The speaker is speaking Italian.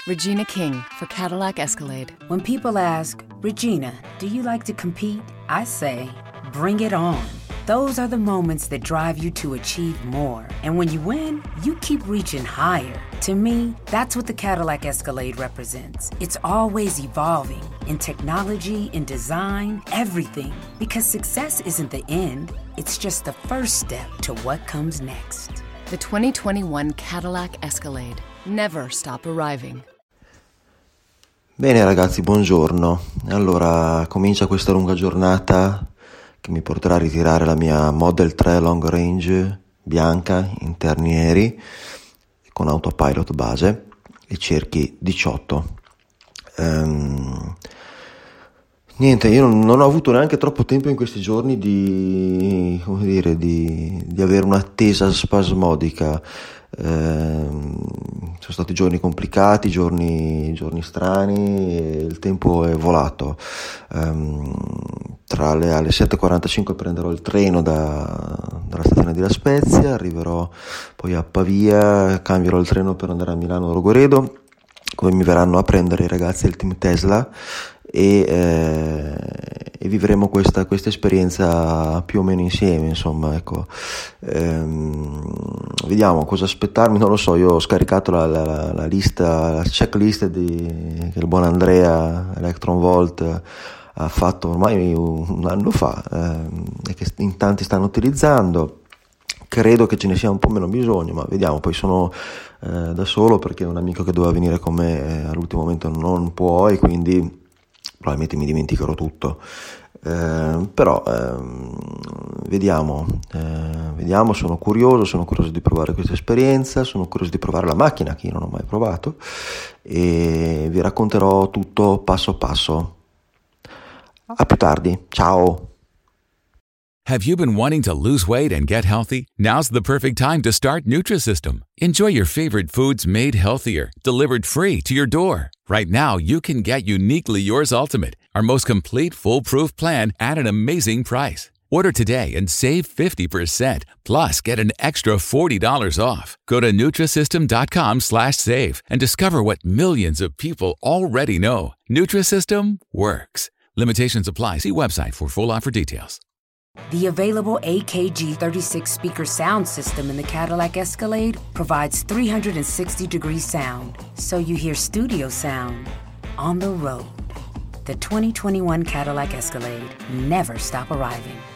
Regina King for Cadillac Escalade. When people ask, Regina, do you like to compete? I say, bring it on. Those are the moments that drive you to achieve more. And when you win, you keep reaching higher. To me, that's what the Cadillac Escalade represents. It's always evolving in technology, in design, everything. Because success isn't the end, it's just the first step to what comes next. The 2021 Cadillac Escalade. Never stop arriving. Bene ragazzi, buongiorno. Allora, comincia questa lunga giornata che mi porterà a ritirare la mia Model 3 Long Range bianca, interni neri, con autopilot base e cerchi 18. Niente, io non ho avuto neanche troppo tempo in questi giorni di avere un'attesa spasmodica. Sono stati giorni complicati, giorni strani, e il tempo è volato. Alle 7:45 prenderò il treno dalla stazione di La Spezia, arriverò poi a Pavia, cambierò il treno per andare a Milano Rogoredo, dove mi verranno a prendere i ragazzi del team Tesla e vivremo questa esperienza più o meno insieme, insomma, ecco. Vediamo cosa aspettarmi, non lo so. Io ho scaricato la lista, la checklist che il buon Andrea Electron Volt ha fatto ormai un anno fa, e che in tanti stanno utilizzando. Credo che ce ne sia un po' meno bisogno, ma vediamo. Poi sono da solo perché un amico che doveva venire con me all'ultimo momento non può, e quindi probabilmente mi dimenticherò tutto. Però vediamo, sono curioso di provare questa esperienza, sono curioso di provare la macchina che io non ho mai provato, e vi racconterò tutto passo passo. A più tardi, ciao! Have you been wanting to lose weight and get healthy? Now's the perfect time to start Nutrisystem. Enjoy your favorite foods made healthier, delivered free to your door. Right now, you can get Uniquely Yours Ultimate, our most complete foolproof plan at an amazing price. Order today and save 50%, plus get an extra $40 off. Go to Nutrisystem.com/save and discover what millions of people already know. Nutrisystem works. Limitations apply. See website for full offer details. The available AKG 36 speaker sound system in the Cadillac Escalade provides 360-degree sound, so you hear studio sound on the road. The 2021 Cadillac Escalade. Never stop arriving.